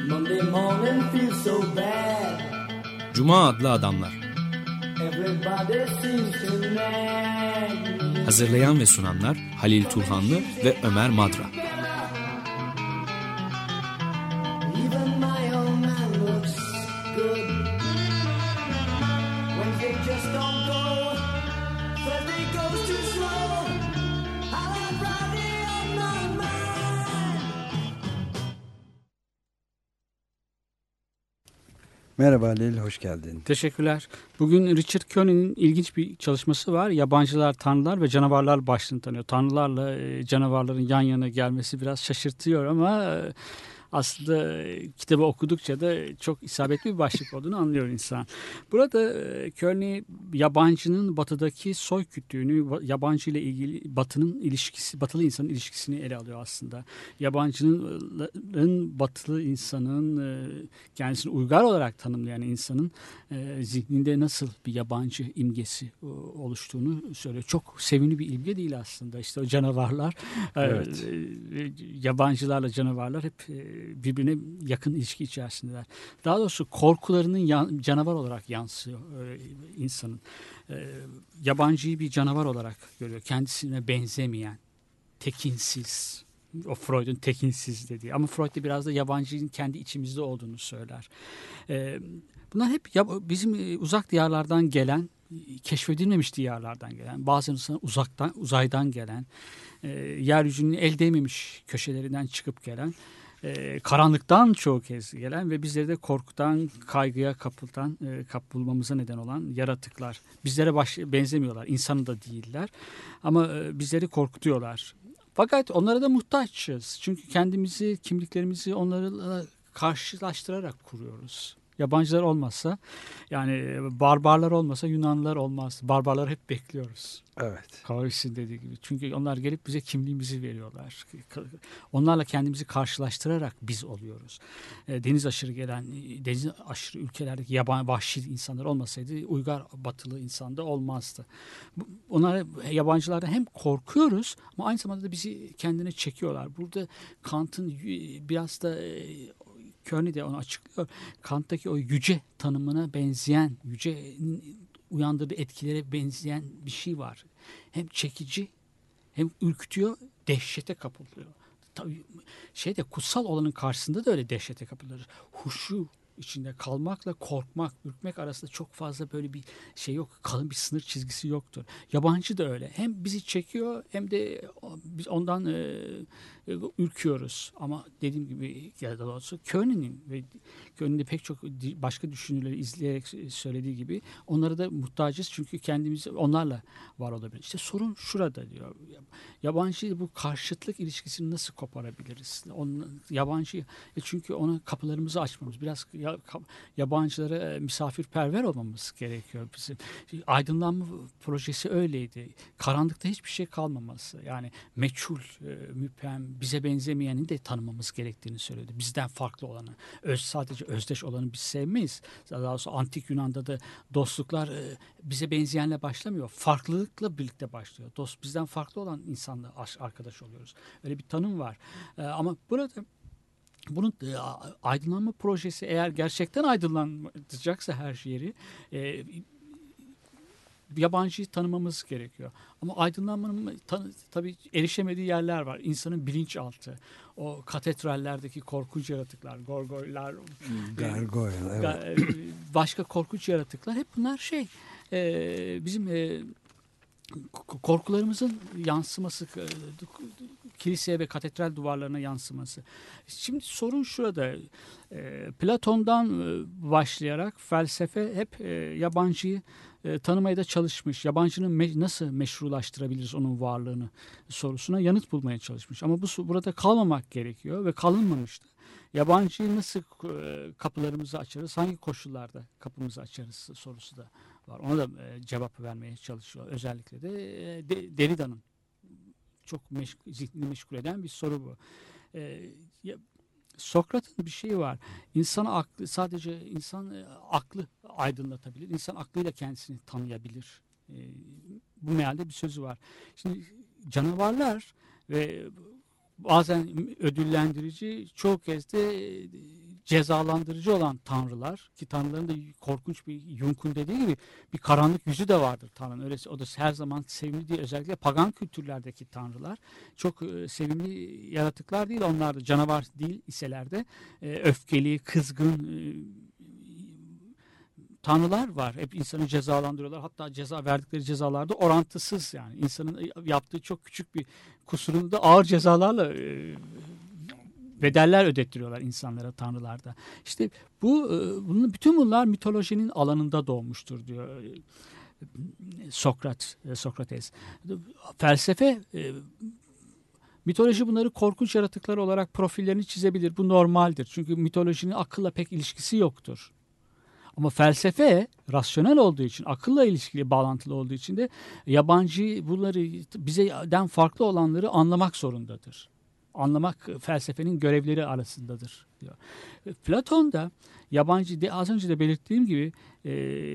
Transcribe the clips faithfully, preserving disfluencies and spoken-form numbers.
Monday morning feels so bad. Cuma adlı adamlar. Everybody seems to nag. Hazırlayan ve sunanlar Halil Turhanlı ve Ömer Madra. Even my old man looks good. Wednesday just don't go. Thursday goes too slow. I'll have Friday on my mind. Merhaba Halil, hoş geldin. Teşekkürler. Bugün Richard Kearney'nin ilginç bir çalışması var. Yabancılar, tanrılar ve canavarlar başlığını tanıyor. Tanrılarla e, canavarların yan yana gelmesi biraz şaşırtıyor ama e, aslında e, kitabı okudukça da çok isabetli bir başlık olduğunu anlıyor insan. Burada e, Kearney yabancının batıdaki soy kütüğünü, yabancı ile ilgili batının ilişkisi, batılı insanın ilişkisini ele alıyor aslında. Yabancının batılı insanın e, kendisini uygar olarak tanımlayan insanın e, zihninde nasıl bir yabancı imgesi e, oluştuğunu söylüyor. Çok sevimli bir imge değil aslında. İşte o canavarlar, Evet. e, e, yabancılarla canavarlar hep e, birbirine yakın ilişki içerisindeler. Daha doğrusu korkularının yan, canavar olarak yansıyor e, insanın. E, yabancıyı bir canavar olarak görüyor. Kendisine benzemeyen, tekinsiz. O Freud'un tekinsiz dediği. Ama Freud de biraz da yabancının kendi içimizde olduğunu söyler. E, bunlar hep ya, bizim e, uzak diyarlardan gelen, keşfedilmemiş diyarlardan gelen, bazen uzaktan, uzaydan gelen, e, yeryüzünün el değmemiş köşelerinden çıkıp gelen, e, karanlıktan çoğu kez gelen ve bizleri de korkudan, kaygıya kapıldan, e, kapılmamıza neden olan yaratıklar. Bizlere baş, benzemiyorlar, insanı da değiller ama e, bizleri korkutuyorlar. Fakat onlara da muhtaçız. Çünkü kendimizi, kimliklerimizi onlarla karşılaştırarak kuruyoruz. Yabancılar olmazsa, yani barbarlar olmasa Yunanlılar olmaz. Barbarları hep bekliyoruz. Evet. Kavris'in dediği gibi. Çünkü onlar gelip bize kimliğimizi veriyorlar. Onlarla kendimizi karşılaştırarak biz oluyoruz. Deniz aşırı gelen, deniz aşırı ülkelerdeki yabancı, vahşi insanlar olmasaydı uygar batılı insan da olmazdı. Onlar, yabancılardan hem korkuyoruz ama aynı zamanda da bizi kendine çekiyorlar. Burada Kant'ın biraz da Kearney de onu açıklıyor. Kant'taki o yüce tanımına benzeyen, yücenin uyandırdığı etkilere benzeyen bir şey var. Hem çekici, hem ürkütüyor, dehşete kapılıyor. Tabii şeyde kutsal olanın karşısında da öyle dehşete kapılır. Huşu içinde kalmakla korkmak, ürkmek arasında çok fazla böyle bir şey yok. Kalın bir sınır çizgisi yoktur. Yabancı da öyle. Hem bizi çekiyor hem de biz ondan e, ürküyoruz. Ama dediğim gibi ya da doğrusu Kearney'nin ve Kearney'de pek çok başka düşünürleri izleyerek söylediği gibi onlara da muhtacız. Çünkü kendimizi onlarla var olabilir. İşte sorun şurada diyor. Yabancı bu karşıtlık ilişkisini nasıl koparabiliriz? Onun, yabancı çünkü ona kapılarımızı açmamız biraz yabancılara misafirperver olmamız gerekiyor bizim. Aydınlanma projesi öyleydi. Karanlıkta hiçbir şey kalmaması. Yani meçhul, müphem, bize benzemeyeni de tanımamız gerektiğini söyledi. Bizden farklı olanı. Öz, sadece özdeş olanı biz sevmeyiz. Daha doğrusu antik Yunan'da da dostluklar bize benzeyenle başlamıyor. Farklılıkla birlikte başlıyor. Dost, bizden farklı olan insanla arkadaş oluyoruz. Öyle bir tanım var. Ama burada bunun aydınlanma projesi eğer gerçekten aydınlanacaksa her yeri e, yabancıyı tanımamız gerekiyor. Ama aydınlanmanın tan- tabii erişemediği yerler var. İnsanın bilinçaltı, o katedrallerdeki korkunç yaratıklar, gorgoylar, Gargoyle, evet. ga- başka korkunç yaratıklar hep bunlar şey e, bizim e, korkularımızın yansıması, kiliseye ve katedral duvarlarına yansıması. Şimdi sorun şurada. E, Platon'dan başlayarak felsefe hep e, yabancıyı e, tanımaya da çalışmış. Yabancının me- nasıl meşrulaştırabiliriz onun varlığını sorusuna yanıt bulmaya çalışmış. Ama bu burada kalmamak gerekiyor ve kalınmamıştı. Yabancıyı nasıl e, kapılarımızı açarız, hangi koşullarda kapımızı açarız sorusu da var. Ona da e, cevap vermeye çalışıyor. Özellikle de, e, de Derrida'nın çok meşg- zihnini meşgul eden bir soru bu. E, ya, Sokrat'ın bir şeyi var. İnsan aklı, sadece insan e, aklı aydınlatabilir. İnsan aklıyla kendisini tanıyabilir. E, bu mealde bir sözü var. Şimdi canavarlar ve bazen ödüllendirici, çoğu kez de cezalandırıcı olan tanrılar, ki tanrıların da korkunç bir, Jung'un dediği gibi bir karanlık yüzü de vardır Tanrı'nın. Öyle, o da her zaman sevimli değil. Özellikle pagan kültürlerdeki tanrılar çok e, sevimli yaratıklar değil. Onlar da canavar değil iseler de e, öfkeli, kızgın e, tanrılar var. Hep insanı cezalandırıyorlar. Hatta ceza verdikleri cezalarda orantısız, yani insanın yaptığı çok küçük bir kusurunu da ağır cezalarla e, bedeller ödettiriyorlar insanlara, tanrılarda. İşte bu e, bunun bütün bunlar mitolojinin alanında doğmuştur diyor e, Sokrat, e, Sokrates. Felsefe, e, mitoloji bunları korkunç yaratıklar olarak profillerini çizebilir. Bu normaldir. Çünkü mitolojinin akılla pek ilişkisi yoktur. Ama felsefe rasyonel olduğu için, akılla ilişkili, bağlantılı olduğu için de yabancı, bunları bizden farklı olanları anlamak zorundadır. Anlamak felsefenin görevleri arasındadır diyor. Platon da yabancı, az önce de belirttiğim gibi e,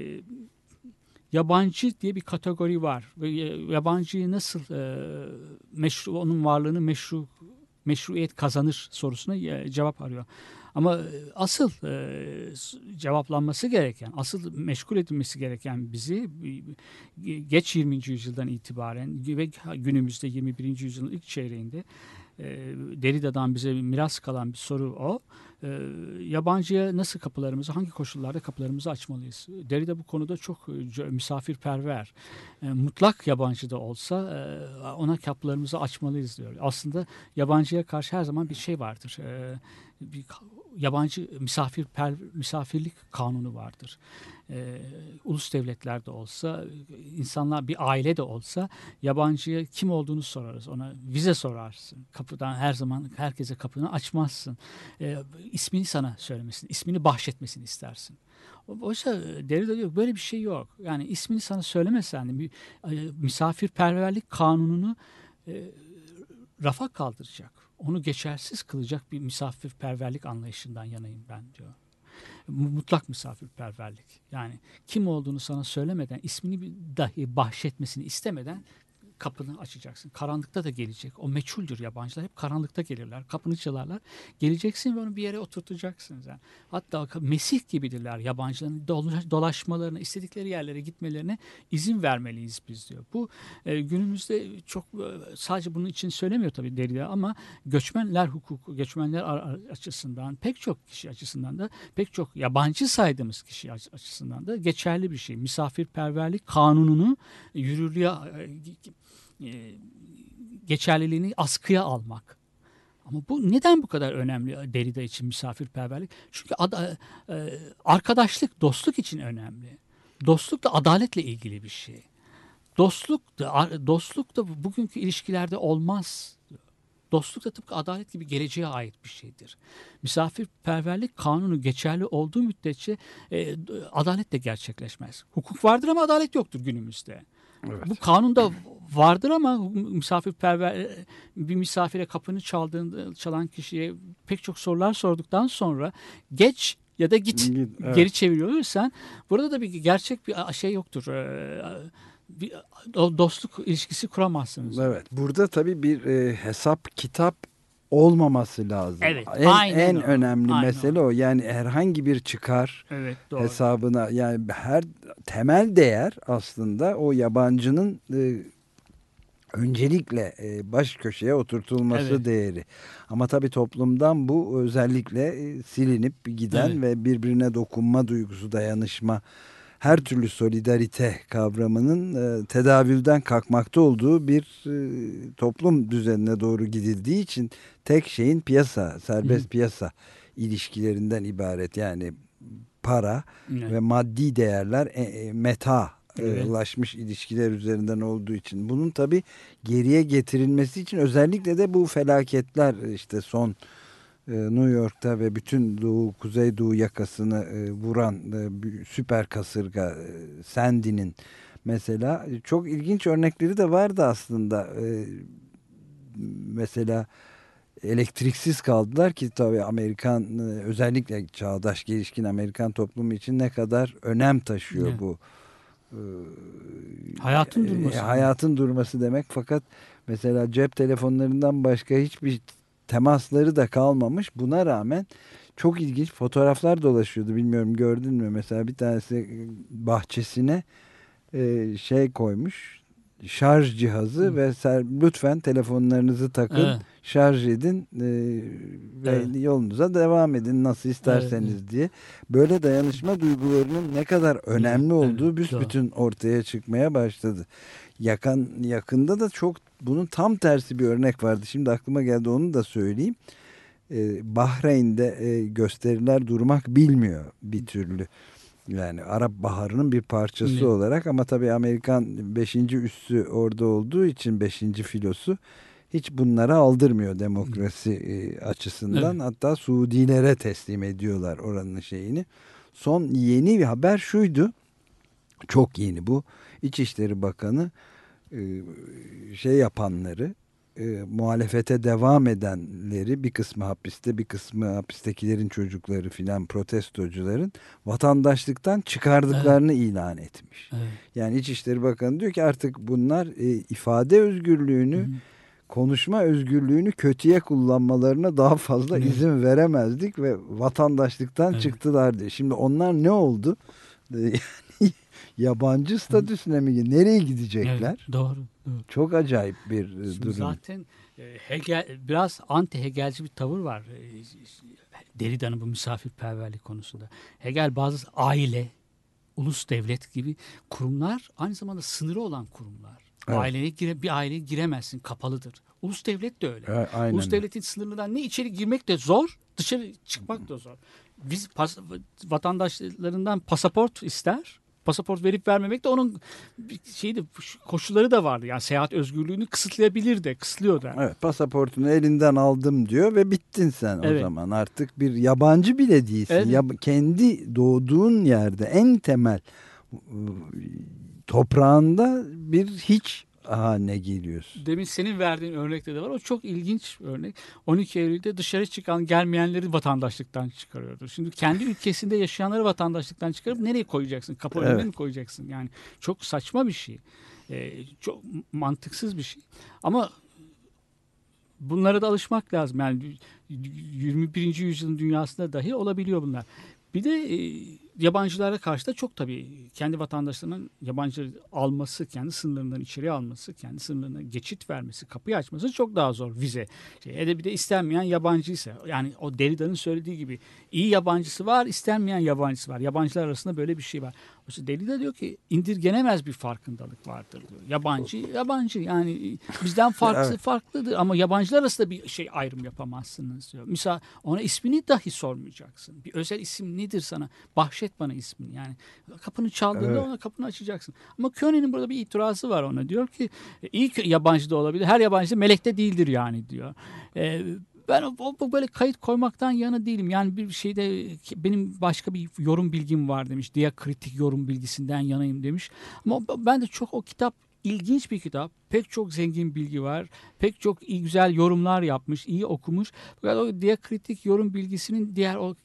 yabancı diye bir kategori var. Ve yabancıyı nasıl e, meşru, onun varlığını meşru meşruiyet kazanır sorusuna e, cevap arıyor. Ama asıl e, cevaplanması gereken, asıl meşgul edilmesi gereken bizi geç yirminci yüzyıldan itibaren ve günümüzde yirmi birinci yüzyılın ilk çeyreğinde e, Derrida'dan bize miras kalan bir soru o. E, yabancıya nasıl kapılarımızı, hangi koşullarda kapılarımızı açmalıyız? Derrida bu konuda çok e, misafirperver. E, mutlak yabancı da olsa e, ona kapılarımızı açmalıyız diyor. Aslında yabancıya karşı her zaman bir şey vardır. E, bir yabancı misafirper, misafirlik kanunu vardır. Ee, ulus devletlerde olsa, insanlar bir aile de olsa yabancıya kim olduğunu sorarız. Ona vize sorarsın. Kapıdan her zaman herkese kapını açmazsın. Ee, ismini sana söylemesini, ismini bahşetmesini istersin. Oysa Derrida diyor böyle bir şey yok. Yani ismini sana söylemesen de misafirperverlik kanununu e, rafa kaldıracak, onu geçersiz kılacak bir misafirperverlik anlayışından yanayım ben diyor. Mutlak misafirperverlik. Yani kim olduğunu sana söylemeden, ismini dahi bahşetmesini istemeden kapını açacaksın. Karanlıkta da gelecek. O meçhuldür yabancılar. Hep karanlıkta gelirler. Kapını çalarlar. Geleceksin ve onu bir yere oturtacaksın. Yani. Hatta Mesih gibidirler yabancıların dolaşmalarına, istedikleri yerlere gitmelerine izin vermeliyiz biz diyor. Bu e, günümüzde çok e, sadece bunun için söylemiyor tabii Derrida, ama göçmenler hukuku, göçmenler açısından, pek çok kişi açısından da, pek çok yabancı saydığımız kişi açısından da geçerli bir şey. Misafirperverlik kanununu yürürlüğe e, geçerliliğini askıya almak. Ama bu neden bu kadar önemli Derrida için misafirperverlik? Çünkü ad, e, arkadaşlık, dostluk için önemli. Dostluk da adaletle ilgili bir şey. Dostluk da, dostluk da bugünkü ilişkilerde olmaz. Dostluk da tıpkı adalet gibi geleceğe ait bir şeydir. Misafirperverlik kanunu geçerli olduğu müddetçe e, adalet de gerçekleşmez. Hukuk vardır ama adalet yoktur günümüzde. Evet. Bu kanunda vardır ama misafirperver bir misafire kapını çaldığında, çalan kişiye pek çok sorular sorduktan sonra geç ya da git, evet, geri çeviriyorsan burada da bir gerçek bir şey yoktur. Bir dostluk ilişkisi kuramazsınız. Evet. Burada tabii bir e, hesap kitap olmaması lazım. Evet, en aynen en o. önemli Aynen mesele o. o. Yani herhangi bir çıkar, evet, doğru, hesabına, yani her temel değer aslında o yabancının e, öncelikle e, baş köşeye oturtulması, evet, değeri. Ama tabii toplumdan bu özellikle e, silinip giden, evet, ve birbirine dokunma duygusu, dayanışma, her türlü solidarite kavramının e, tedavülden kalkmakta olduğu bir e, toplum düzenine doğru gidildiği için tek şeyin piyasa, serbest, hı, piyasa ilişkilerinden ibaret. Yani para, evet, ve maddi değerler, e, e, meta, evet, ulaşmış ilişkiler üzerinden olduğu için bunun tabii geriye getirilmesi için özellikle de bu felaketler, işte son New York'ta ve bütün Doğu, Kuzeydoğu yakasını e, vuran e, süper kasırga e, Sandy'nin mesela çok ilginç örnekleri de vardı aslında. E, mesela elektriksiz kaldılar ki tabii Amerikan, e, özellikle çağdaş gelişkin Amerikan toplumu için ne kadar önem taşıyor, evet, bu. E, hayatın durması. E, hayatın durması demek, fakat mesela cep telefonlarından başka hiçbir temasları da kalmamış. Buna rağmen çok ilginç fotoğraflar dolaşıyordu. Bilmiyorum gördün mü? Mesela bir tanesi bahçesine e, şey koymuş. Şarj cihazı Hı. ve ser, lütfen telefonlarınızı takın, Evet. şarj edin e, ve Evet. yolunuza devam edin nasıl isterseniz Evet, evet. diye. Böyle dayanışma duygularının ne kadar önemli Evet, olduğu evet, büsbütün ortaya çıkmaya başladı. Yakın, yakında da çok bunun tam tersi bir örnek vardı. Şimdi aklıma geldi, onu da söyleyeyim. Ee, Bahreyn'de e, gösteriler durmak bilmiyor bir türlü. Yani Arap Baharı'nın bir parçası Ne? olarak, ama tabii Amerikan beşinci üssü orada olduğu için beşinci filosu hiç bunlara aldırmıyor demokrasi e, açısından. Evet. Hatta Suudilere teslim ediyorlar oranın şeyini. Son yeni bir haber şuydu. Çok yeni bu. İçişleri Bakanı e, şey yapanları, e, muhalefete devam edenleri, bir kısmı hapiste, bir kısmı hapistekilerin çocukları filan, protestocuların vatandaşlıktan çıkardıklarını ilan etmiş. Evet. Yani İçişleri Bakanı diyor ki artık bunlar e, ifade özgürlüğünü, Hı. konuşma özgürlüğünü kötüye kullanmalarına daha fazla Evet. izin veremezdik ve vatandaşlıktan Evet. çıktılar diye. Şimdi onlar ne oldu? Yani yabancı statüsüne mi? Nereye gidecekler? Evet, doğru, doğru. Çok acayip bir e, Şimdi durum. zaten e, Hegel, biraz anti Hegelci bir tavır var. E, Derrida'nın bu misafirperverlik konusunda. Hegel bazı aile, ulus devlet gibi kurumlar aynı zamanda sınırı olan kurumlar. Evet. Aileye gire, bir aileye giremezsin, kapalıdır. Ulus devlet de öyle. E, aynen. Ulus devletin sınırından ne içeri girmek de zor, dışarı çıkmak da zor. Biz pas, vatandaşlarından pasaport ister. Pasaport verip vermemek de onun bir şeydi, koşulları da vardı. Yani seyahat özgürlüğünü kısıtlayabilir de, kısıtlıyor da. Evet, pasaportunu elinden aldım diyor ve bittin sen Evet. o zaman. Artık bir yabancı bile değilsin. Evet. Ya, kendi doğduğun yerde en temel e, toprağında bir hiç haline geliyorsun. Demin senin verdiğin örnekte de var. O çok ilginç örnek. on iki Eylül'de dışarı çıkan gelmeyenleri vatandaşlıktan çıkarıyordu. Şimdi kendi ülkesinde yaşayanları vatandaşlıktan çıkarıp nereye koyacaksın? Kapı önüne Evet. mi koyacaksın? Yani çok saçma bir şey. Ee, çok mantıksız bir şey. Ama bunlara da alışmak lazım. Yani yirmi birinci yüzyılın dünyasında dahi olabiliyor bunlar. Bir de e, yabancılara karşı da çok tabii kendi vatandaşlarının yabancı alması, kendi sınırlarından içeri alması, kendi sınırlarına geçit vermesi, kapıyı açması çok daha zor vize. Şey, hele bir de istenmeyen yabancıysa, yani o Derrida'nın söylediği gibi iyi yabancısı var, istenmeyen yabancısı var. Yabancılar arasında böyle bir şey var. Oysa Derrida diyor ki indirgenemez bir farkındalık vardır diyor. Yabancı, yabancı yani bizden farklı Evet. farklıdır ama yabancılar arasında bir şey ayrım yapamazsınız diyor. Mesela ona ismini dahi sormayacaksın. Bir özel isim nedir sana? Bahşet bana ismini. Yani kapını çaldığında Evet. ona kapını açacaksın. Ama Köhne'nin burada bir itirazı var ona. Diyor ki iyi ki yabancı da olabilir. Her yabancı da melek de değildir yani diyor. Ee, ben o, o böyle kayıt koymaktan yana değilim. Yani bir şeyde benim başka bir yorum bilgim var demiş. Diakritik yorum bilgisinden yanayım demiş. Ama ben de çok o kitap ilginç bir kitap. Pek çok zengin bilgi var. Pek çok iyi, güzel yorumlar yapmış, iyi okumuş. Fakat o diakritik yorum bilgisinin diğer o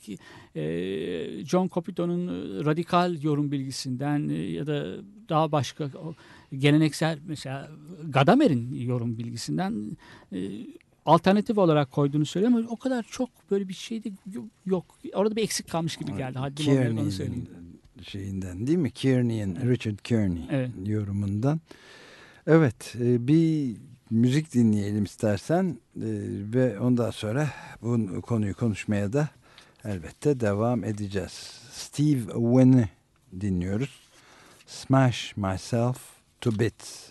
e, John Copito'nun radikal yorum bilgisinden e, ya da daha başka o, geleneksel mesela Gadamer'in yorum bilgisinden e, alternatif olarak koyduğunu söylüyor ama o kadar çok böyle bir şey de yok. Orada bir eksik kalmış gibi geldi. Haddim olmayan onu söyleyeyim. Şeyinden değil mi? Kearney'in, Evet. Richard Kearney Evet. yorumundan. Evet, e, bir müzik dinleyelim istersen e, ve ondan sonra bu konuyu konuşmaya da elbette devam edeceğiz. Steve Win'i dinliyoruz. Smash Myself to Bits.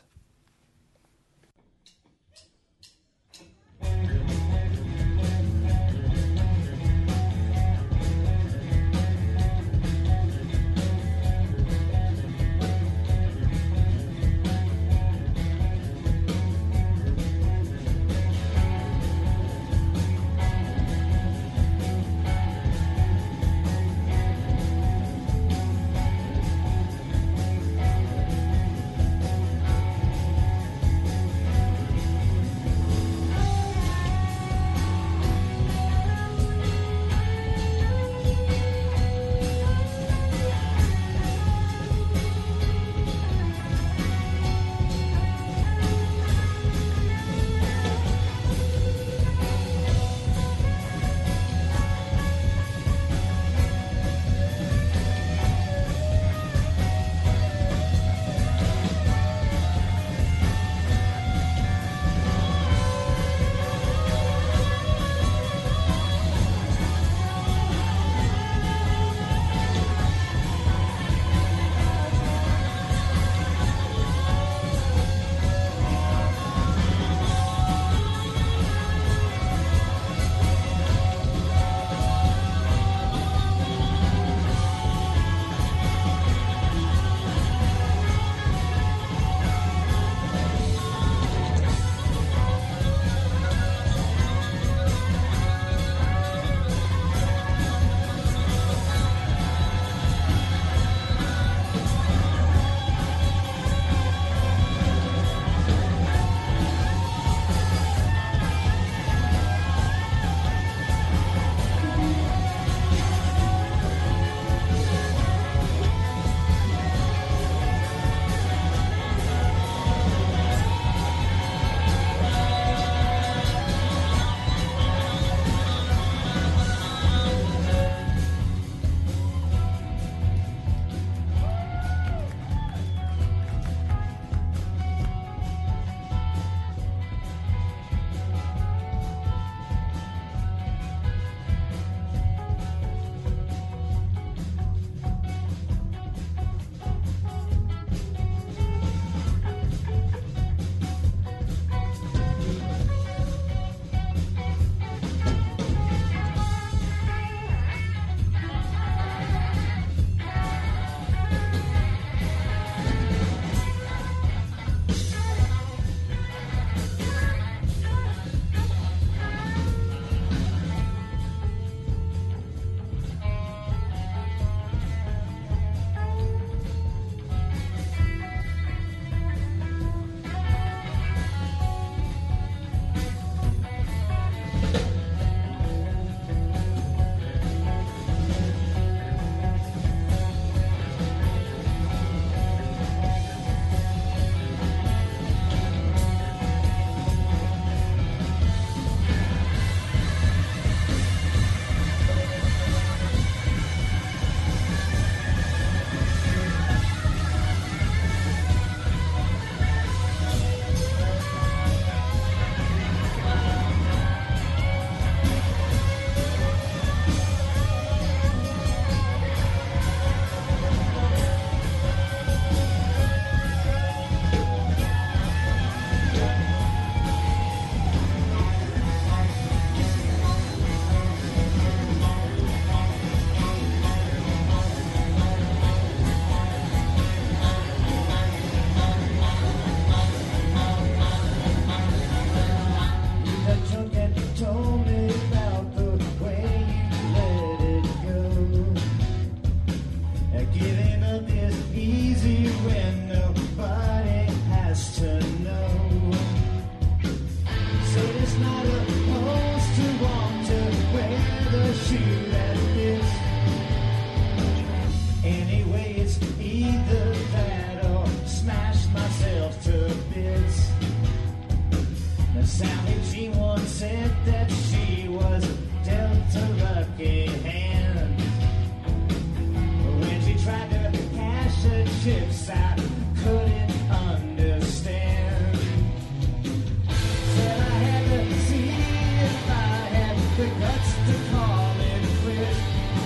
guts to call it quits.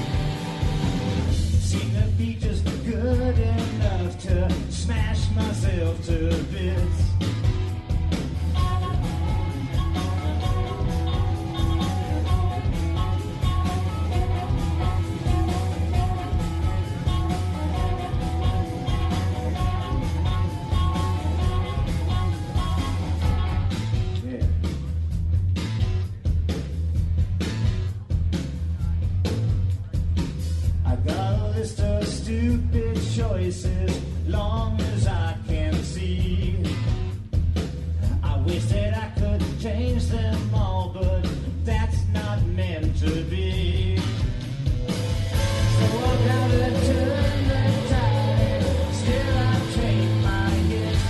Seem to be just good enough to smash myself to bits. Stupid choices, long as I can see. I wish that I could change them all, but that's not meant to be. So I've got to turn the tide, still I take my hits.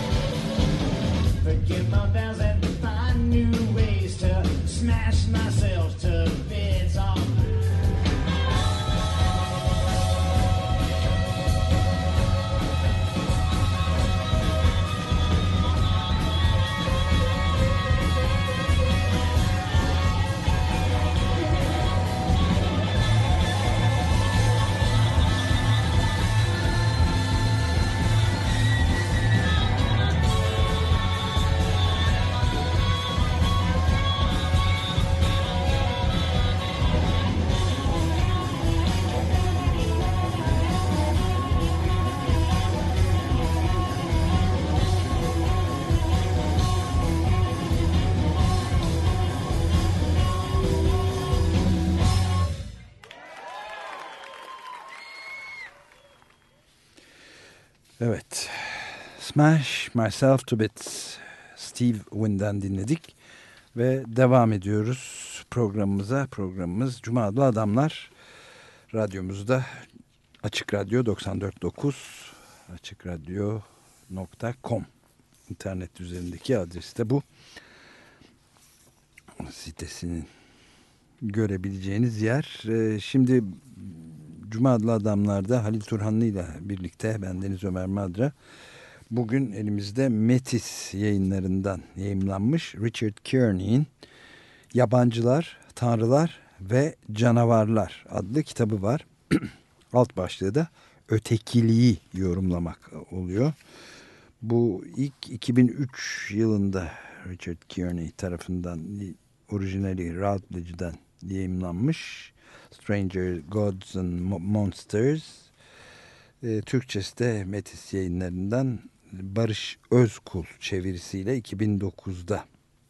Forget my vows and find new ways to smash myself to bits. Oh, Evet. Smash Myself to Bits. Steve Wynn'den dinledik. Ve devam ediyoruz programımıza. Programımız Cuma Adlı Adamlar. Radyomuzda Açık Radyo doksan dört nokta dokuz açık radyo nokta com internet üzerindeki adresi de bu. Sitesinin görebileceğiniz yer. Şimdi Cuma Adlı Adamlar'da Halil Turhanlı ile birlikte ben Deniz Ömer Madra, bugün elimizde Metis yayınlarından yayımlanmış Richard Kearney'in Yabancılar, Tanrılar ve Canavarlar adlı kitabı var. Alt başlığı da ötekiliği yorumlamak oluyor. Bu ilk iki bin üç yılında Richard Kearney tarafından orijinali Routledge'den yayımlanmış. Stranger Gods and Monsters. E, Türkçesi de Metis yayınlarından Barış Özkul çevirisiyle iki bin dokuzda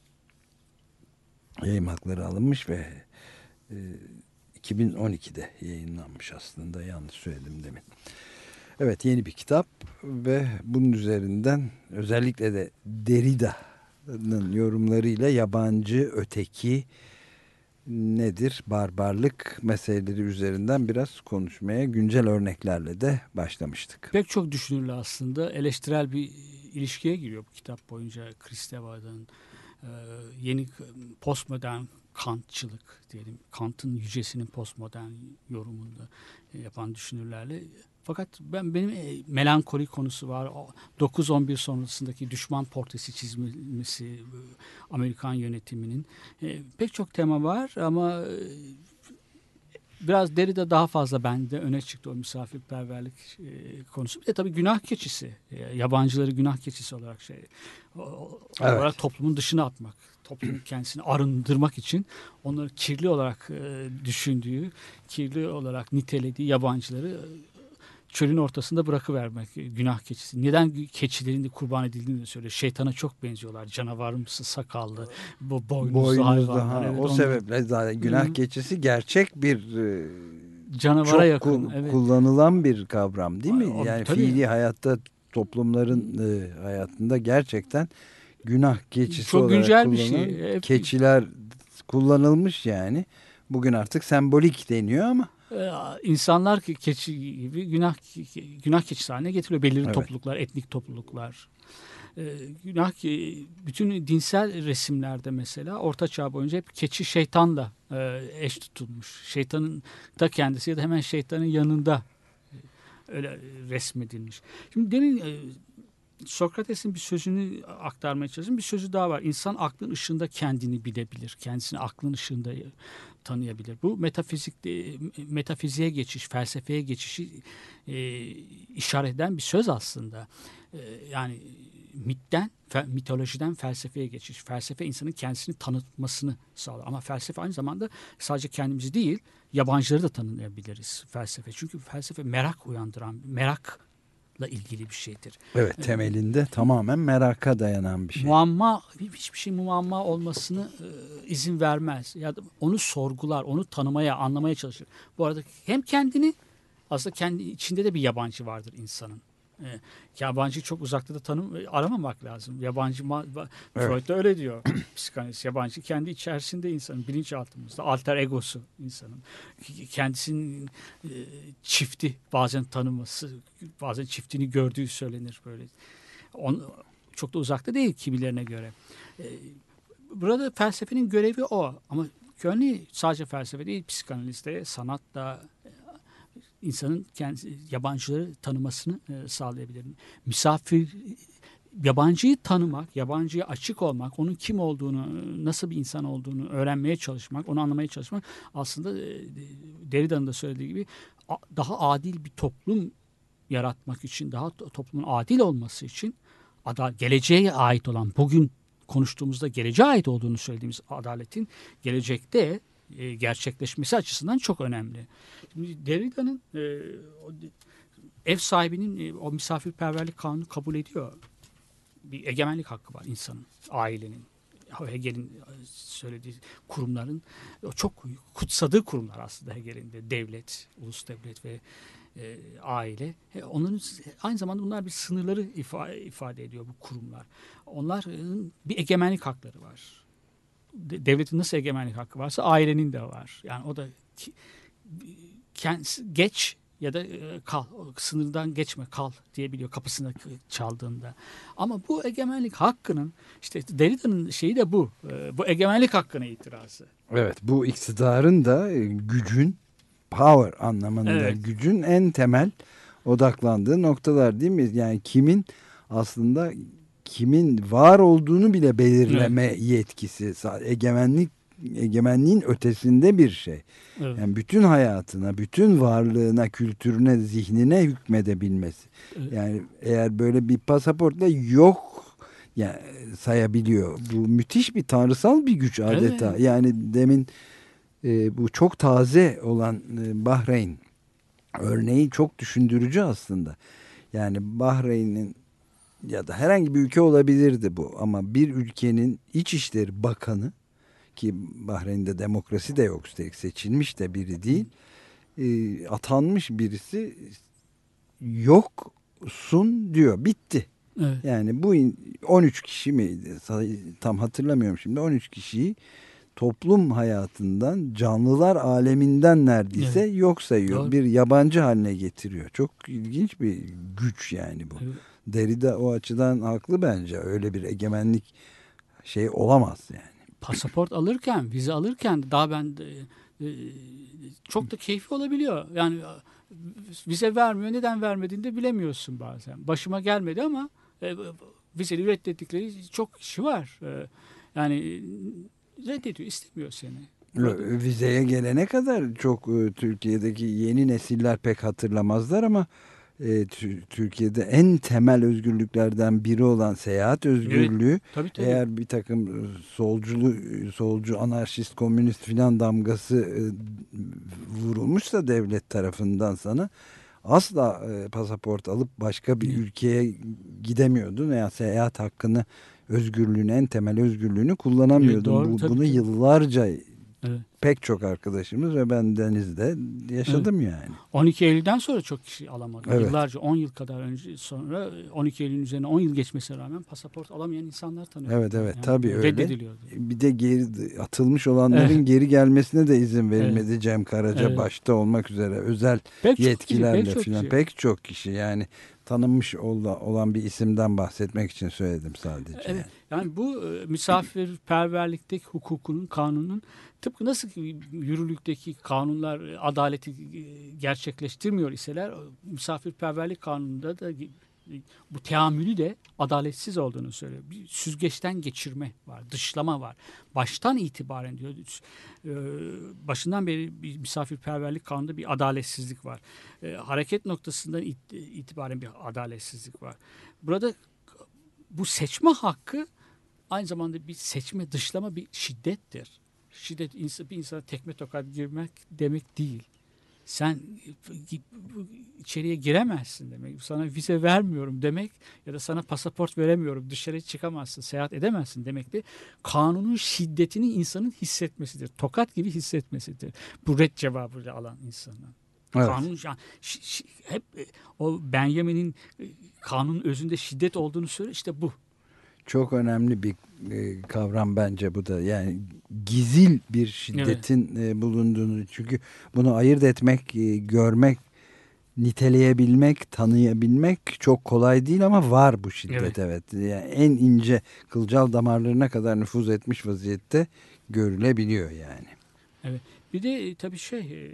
yayım hakları alınmış ve e, iki bin on ikide yayınlanmış aslında. Yanlış söyledim demin. Evet, yeni bir kitap ve bunun üzerinden özellikle de Derrida'nın yorumlarıyla yabancı, öteki nedir, barbarlık meseleleri üzerinden biraz konuşmaya, güncel örneklerle de başlamıştık. Pek çok düşünürle aslında eleştirel bir ilişkiye giriyor bu kitap boyunca. Kristeva'nın e, yeni postmodern Kantçılık diyelim, Kant'ın yücesinin postmodern yorumunda yapan düşünürlerle. Fakat ben benim e, melankoli konusu var. dokuz on bir sonrasındaki düşman portresi çizilmesi Amerikan yönetiminin. E, pek çok tema var ama e, biraz Derrida daha fazla bende öne çıktı, o misafirperverlik e, konusu. Bir de tabii günah keçisi. E, yabancıları günah keçisi olarak şey o, evet. olarak toplumun dışına atmak. Toplumun kendisini arındırmak için onları kirli olarak e, düşündüğü, kirli olarak nitelediği yabancıları e, çölün ortasında bırakıvermek, günah keçisi. Neden keçilerin de kurban edildiğini de söylüyor. Şeytana çok benziyorlar. Canavarımsı, sakallı, bu boynuzlu, boynuzlu hayvanlar. Evet, o onu... sebeple zaten günah Hı-hı. keçisi gerçek bir e, canavara çok yakın, ku- evet. kullanılan bir kavram değil mi? O, yani tabii. fiili hayatta, toplumların e, hayatında gerçekten günah keçisi çok olarak güncel kullanılan bir şey. Hep... keçiler kullanılmış yani. Bugün artık sembolik deniyor ama İnsanlar keçi gibi günah günah keçisi haline getiriyor belirli evet. topluluklar, etnik topluluklar. Ee, günah bütün dinsel resimlerde mesela Orta Çağ boyunca hep keçi şeytanla e, eş tutulmuş. Şeytanın da kendisi ya da hemen şeytanın yanında e, öyle resmedilmiş. Şimdi demin e, Sokrates'in bir sözünü aktarmaya çalışıyorum. Bir sözü daha var. İnsan aklın ışığında kendini bilebilir. Kendisini aklın ışığında tanıyabilir. Bu metafizik, metafiziğe geçiş, felsefeye geçişi e, işaret eden bir söz aslında. E, yani mitten, fe, mitolojiden felsefeye geçiş. Felsefe insanın kendisini tanıtmasını sağlar. Ama felsefe aynı zamanda sadece kendimizi değil, yabancıları da tanıyabiliriz felsefe. Çünkü felsefe merak uyandıran, merak ilgili bir şeydir. Evet, temelinde ee, tamamen meraka dayanan bir şey. Muamma, hiçbir şey muamma olmasını e, izin vermez. Ya da onu sorgular, onu tanımaya, anlamaya çalışır. Bu arada hem kendini, aslında kendi içinde de bir yabancı vardır insanın. E, yabancıyı çok uzakta da tanım aramamak lazım. Yabancı, evet. Freud da öyle diyor. Psikanalist, yabancı kendi içerisinde insanın, bilinçaltımızda, alter egosu insanın. Kendisinin e, çifti bazen tanıması, bazen çiftini gördüğü söylenir böyle. On, çok da uzakta değil kimilerine göre. E, burada felsefenin görevi o. Ama örneğin sadece felsefe değil, psikanalizde, sanatta, insanın kendi yabancıları tanımasını e, sağlayabilir. Misafir, yabancıyı tanımak, yabancıya açık olmak, onun kim olduğunu, nasıl bir insan olduğunu öğrenmeye çalışmak, onu anlamaya çalışmak aslında e, Derrida'nın da söylediği gibi a, daha adil bir toplum yaratmak için, daha to, toplumun adil olması için, ada, geleceğe ait olan, bugün konuştuğumuzda geleceğe ait olduğunu söylediğimiz adaletin gelecekte e, gerçekleşmesi açısından çok önemli. Şimdi Derrida'nın e, o, ev sahibinin e, o misafirperverlik kanunu kabul ediyor. Bir egemenlik hakkı var insanın, ailenin. Hegel'in söylediği kurumların çok kutsadığı kurumlar aslında Hegel'in de, devlet, ulus devlet ve e, aile. E, onların aynı zamanda bunlar bir sınırları ifade, ifade ediyor bu kurumlar. Onların bir egemenlik hakları var. De, devletin nasıl egemenlik hakkı varsa ailenin de var. Yani o da ki, kendisi, geç ya da e, kal, sınırdan geçme, kal diyebiliyor kapısına çaldığında. Ama bu egemenlik hakkının, işte Derrida'nın şeyi de bu. E, bu egemenlik hakkına itirazı. Evet, bu iktidarın da e, gücün, power anlamında, evet, gücün en temel odaklandığı noktalar değil mi? Yani kimin aslında kimin var olduğunu bile belirleme, evet, yetkisi, egemenlik egemenliğin ötesinde bir şey. Evet. Yani bütün hayatına, bütün varlığına, kültürüne, zihnine hükmedebilmesi. Evet. Yani eğer böyle bir pasaportla yok yani sayabiliyor. Bu müthiş bir tanrısal bir güç adeta. Evet. Yani demin e, bu çok taze olan e, Bahreyn örneği çok düşündürücü aslında. Yani Bahreyn'in ya da herhangi bir ülke olabilirdi bu ama bir ülkenin İçişleri Bakanı, ki Bahreyn'de demokrasi de yok, üstelik seçilmiş de biri değil, e, atanmış birisi yoksun diyor, bitti. Evet. Yani bu on üç kişi miydi tam hatırlamıyorum şimdi, on üç kişiyi toplum hayatından, canlılar aleminden neredeyse, evet, yok sayıyor. Doğru. Bir yabancı haline getiriyor. Çok ilginç bir güç yani bu. Evet. Derrida o açıdan haklı bence. Öyle bir egemenlik şey olamaz yani. Pasaport alırken, vize alırken daha ben e, çok da keyifli olabiliyor. Yani vize vermiyor. Neden vermediğini de bilemiyorsun bazen. Başıma gelmedi ama e, vizeli reddettikleri çok kişi var. E, yani reddediyor, istemiyor seni. Vizeye gelene kadar çok e, Türkiye'deki yeni nesiller pek hatırlamazlar ama e, Türkiye'de en temel özgürlüklerden biri olan seyahat özgürlüğü, evet, tabii, tabii, eğer bir takım solculu, solcu, anarşist, komünist filan damgası e, vurulmuşsa devlet tarafından sana, asla e, pasaport alıp başka bir, evet, ülkeye gidemiyordun veya seyahat hakkını, özgürlüğünü, en temel özgürlüğünü kullanamıyordun. Evet, doğru, Bu, tabii, bunu tabii. yıllarca, evet, pek çok arkadaşımız ve ben Deniz'de yaşadım, evet, yani. on iki Eylül'den sonra çok kişi alamadı. Evet. Yıllarca, on yıl kadar önce sonra on iki Eylül'ün üzerine on yıl geçmesine rağmen pasaport alamayan insanlar tanıyorum. Evet, evet, yani tabii öyle. Bir de geri atılmış olanların, evet, geri gelmesine de izin verilmedi. Evet. Cem Karaca, evet, başta olmak üzere özel pek yetkilerle filan pek, pek çok kişi, yani tanınmış olan bir isimden bahsetmek için söyledim sadece. Evet. Yani, yani bu e, misafirperverlikteki hukukunun, kanunun, tıpkı nasıl ki yürürlükteki kanunlar adaleti gerçekleştirmiyor iseler, misafirperverlik kanununda da bu teamülü de adaletsiz olduğunu söylüyor. Bir süzgeçten geçirme var, dışlama var. Baştan itibaren diyor, başından beri bir misafirperverlik kanununda bir adaletsizlik var. Hareket noktasından itibaren bir adaletsizlik var. Burada bu seçme hakkı aynı zamanda bir seçme, dışlama, bir şiddettir. Şiddet bir insana tekme tokat girmek demek değil. Sen içeriye giremezsin demek, sana vize vermiyorum demek ya da sana pasaport veremiyorum, dışarı çıkamazsın, seyahat edemezsin demek de kanunun şiddetini insanın hissetmesidir. Tokat gibi hissetmesidir. Bu red cevabıyla alan insanın. Evet. Kanun ş- ş- hep o Benjamin'in kanunun özünde şiddet olduğunu söylüyor. İşte bu. Çok önemli bir e, kavram bence bu da. Yani gizil bir şiddetin evet. e, bulunduğunu. Çünkü bunu ayırt etmek, e, görmek, niteleyebilmek, tanıyabilmek çok kolay değil ama var bu şiddet. Evet. evet. Yani en ince kılcal damarlarına kadar nüfuz etmiş vaziyette görülebiliyor yani. Evet. Bir de tabii şey e,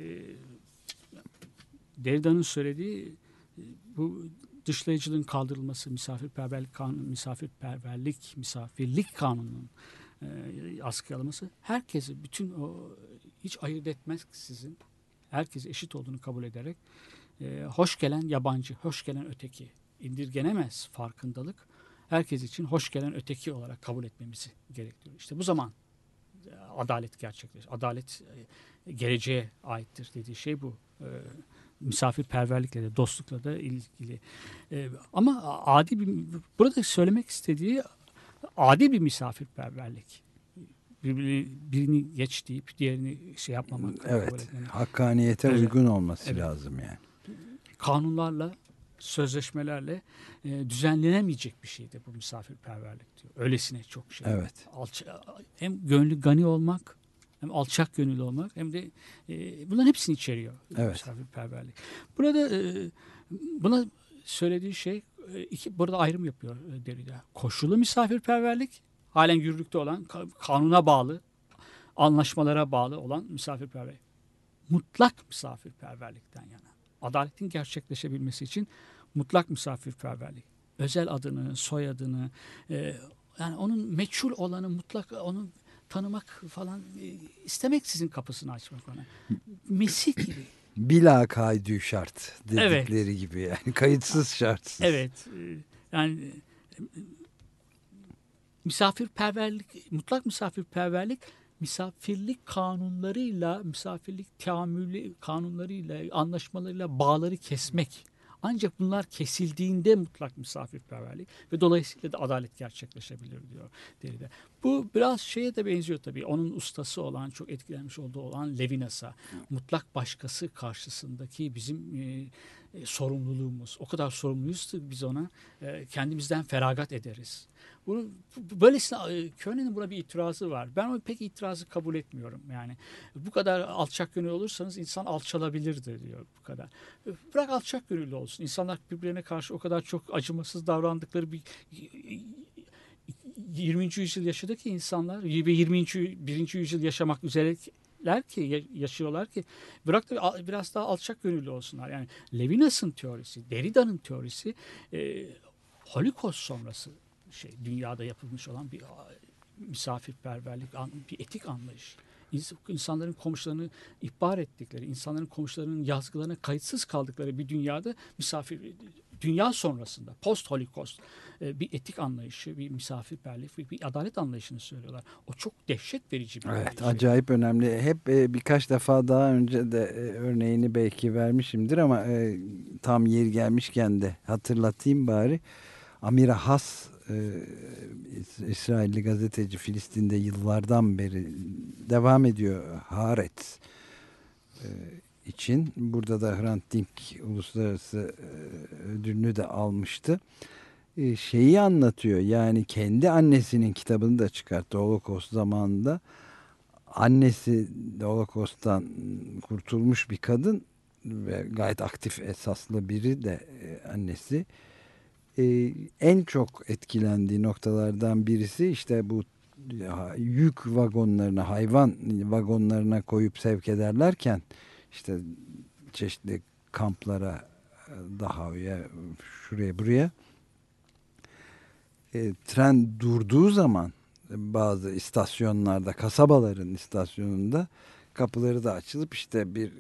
Derrida'nın söylediği e, bu dışlayıcılığın kaldırılması, misafirperverlik kanunu, misafirperverlik, misafirlik kanununun e, askıya alınması, herkesi, bütün o hiç ayırt etmeksizin herkese eşit olduğunu kabul ederek e, hoş gelen yabancı, hoş gelen öteki, indirgenemez farkındalık, herkes için hoş gelen öteki olarak kabul etmemizi gerektiriyor. İşte bu zaman e, adalet gerçekleşir. Adalet e, geleceğe aittir dediği şey bu. E, misafirperverlikle de, dostlukla da ilgili. Ee, ama adi bir, burada söylemek istediği adi bir misafirperverlik. Birbirini, birini geç deyip diğerini şey yapmamak. Evet. Hakkaniyete evet. uygun olması evet. lazım yani. Kanunlarla, sözleşmelerle e, düzenlenemeyecek bir şeydi bu misafirperverlik diyor. Öylesine çok şey. Evet. Alça, hem gönlü gani olmak, hem alçak gönüllü olmak, hem de e, bunların hepsini içeriyor. Evet. Misafirperverlik. Burada e, buna söylediği şey e, iki burada ayrım yapıyor e, Derrida. Koşullu misafirperverlik, halen yürürlükte olan, kanuna bağlı, anlaşmalara bağlı olan misafirperverlik. Mutlak misafirperverlikten yana. Adaletin gerçekleşebilmesi için mutlak misafirperverlik. Özel adını, soyadını, e, yani onun meçhul olanı mutlak, onu tanımak falan istemeksizin kapısını açmak ona. Mesih gibi. Bila kaydı şart dedikleri evet. gibi yani kayıtsız şartsız. Evet. Yani misafirperverlik, mutlak misafirperverlik misafirlik kanunlarıyla, misafirlik teamülü kanunlarıyla, anlaşmalarıyla bağları kesmek. Ancak bunlar kesildiğinde mutlak misafirperverlik ve dolayısıyla da adalet gerçekleşebilir diyor Derrida. Bu biraz şeye de benziyor tabii. Onun ustası olan, çok etkilenmiş olduğu olan Levinas'a. Mutlak başkası karşısındaki bizim e, e, sorumluluğumuz. O kadar sorumluyuz ki biz ona e, kendimizden feragat ederiz. Bunu, böylesine Könen'in buna bir itirazı var. Ben o pek itirazı kabul etmiyorum. Yani bu kadar alçak gönüllü olursanız insan alçalabilirdi diyor bu kadar. Bırak alçak gönüllü olsun. İnsanlar birbirine karşı o kadar çok acımasız davrandıkları bir yirminci yüzyıl yaşadı ki insanlar, yirminci birinci yüzyıl yaşamak üzereler ki, yaşıyorlar ki bırak da biraz daha alçak gönüllü olsunlar. Yani Levinas'ın teorisi, Derrida'nın teorisi e, Holocaust sonrası şey, dünyada yapılmış olan bir misafirperverlik, bir etik anlayış. İnsanların komşularını ihbar ettikleri, insanların komşularının yazgılarına kayıtsız kaldıkları bir dünyada misafir, dünya sonrasında, post holocaust bir etik anlayışı, bir misafirperverlik, bir adalet anlayışını söylüyorlar. O çok dehşet verici bir evet, şey. Acayip önemli. Hep birkaç defa daha önce de örneğini belki vermişimdir ama tam yeri gelmişken de hatırlatayım bari. Amira Has, Ee, İsrailli gazeteci, Filistin'de yıllardan beri devam ediyor Haaretz ee, için. Burada da Hrant Dink uluslararası e, ödülünü de almıştı. Ee, şeyi anlatıyor, yani kendi annesinin kitabını da çıkarttı Holocaust zamanında. Annesi Holocaust'tan kurtulmuş bir kadın ve gayet aktif, esaslı biri de e, annesi. Ee, en çok etkilendiği noktalardan birisi işte bu yük vagonlarına, hayvan vagonlarına koyup sevk ederlerken işte çeşitli kamplara, Dachau'ya, şuraya buraya e, tren durduğu zaman bazı istasyonlarda, kasabaların istasyonunda kapıları da açılıp işte bir,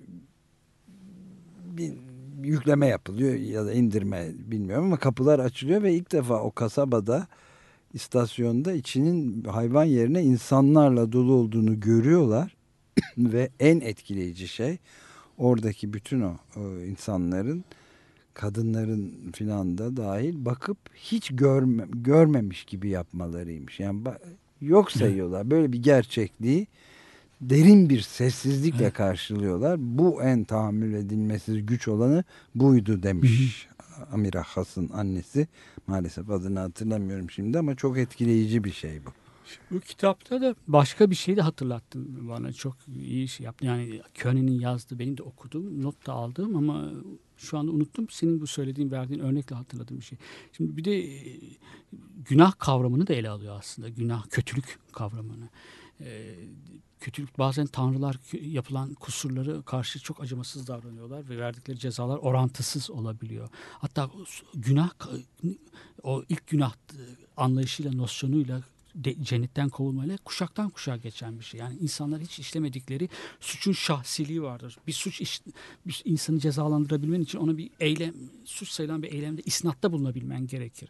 bir yükleme yapılıyor ya da indirme bilmiyorum ama kapılar açılıyor ve ilk defa o kasabada, istasyonda içinin hayvan yerine insanlarla dolu olduğunu görüyorlar ve en etkileyici şey oradaki bütün o, o insanların, kadınların filan da dahil bakıp hiç görme, görmemiş gibi yapmalarıymış. Yani yok sayıyorlar. Böyle bir gerçekliği derin bir sessizlikle evet. karşılıyorlar. Bu en tahammül edilmesiz güç olanı buydu demiş Amira Hass'ın annesi. Maalesef adını hatırlamıyorum şimdi ama çok etkileyici bir şey bu. Bu kitapta da başka bir şey de hatırlattın bana. Çok iyi şey yaptın. Yani König'in yazdığı, benim de okuduğum, not da aldığım ama şu anda unuttum. Senin bu söylediğin, verdiğin örnekle hatırladığım bir şey. Şimdi bir de günah kavramını da ele alıyor aslında. Günah, kötülük kavramını. Ee, kötülük, bazen tanrılar yapılan kusurları karşı çok acımasız davranıyorlar ve verdikleri cezalar orantısız olabiliyor. Hatta günah, o ilk günah anlayışıyla, nosyonuyla, de, cennetten kovulmayla kuşaktan kuşağa geçen bir şey. Yani insanlar hiç işlemedikleri suçun şahsiliği vardır. Bir suç iş, bir insanı cezalandırabilmen için ona bir eylem, suç sayılan bir eylemde isnatta bulunabilmen gerekir.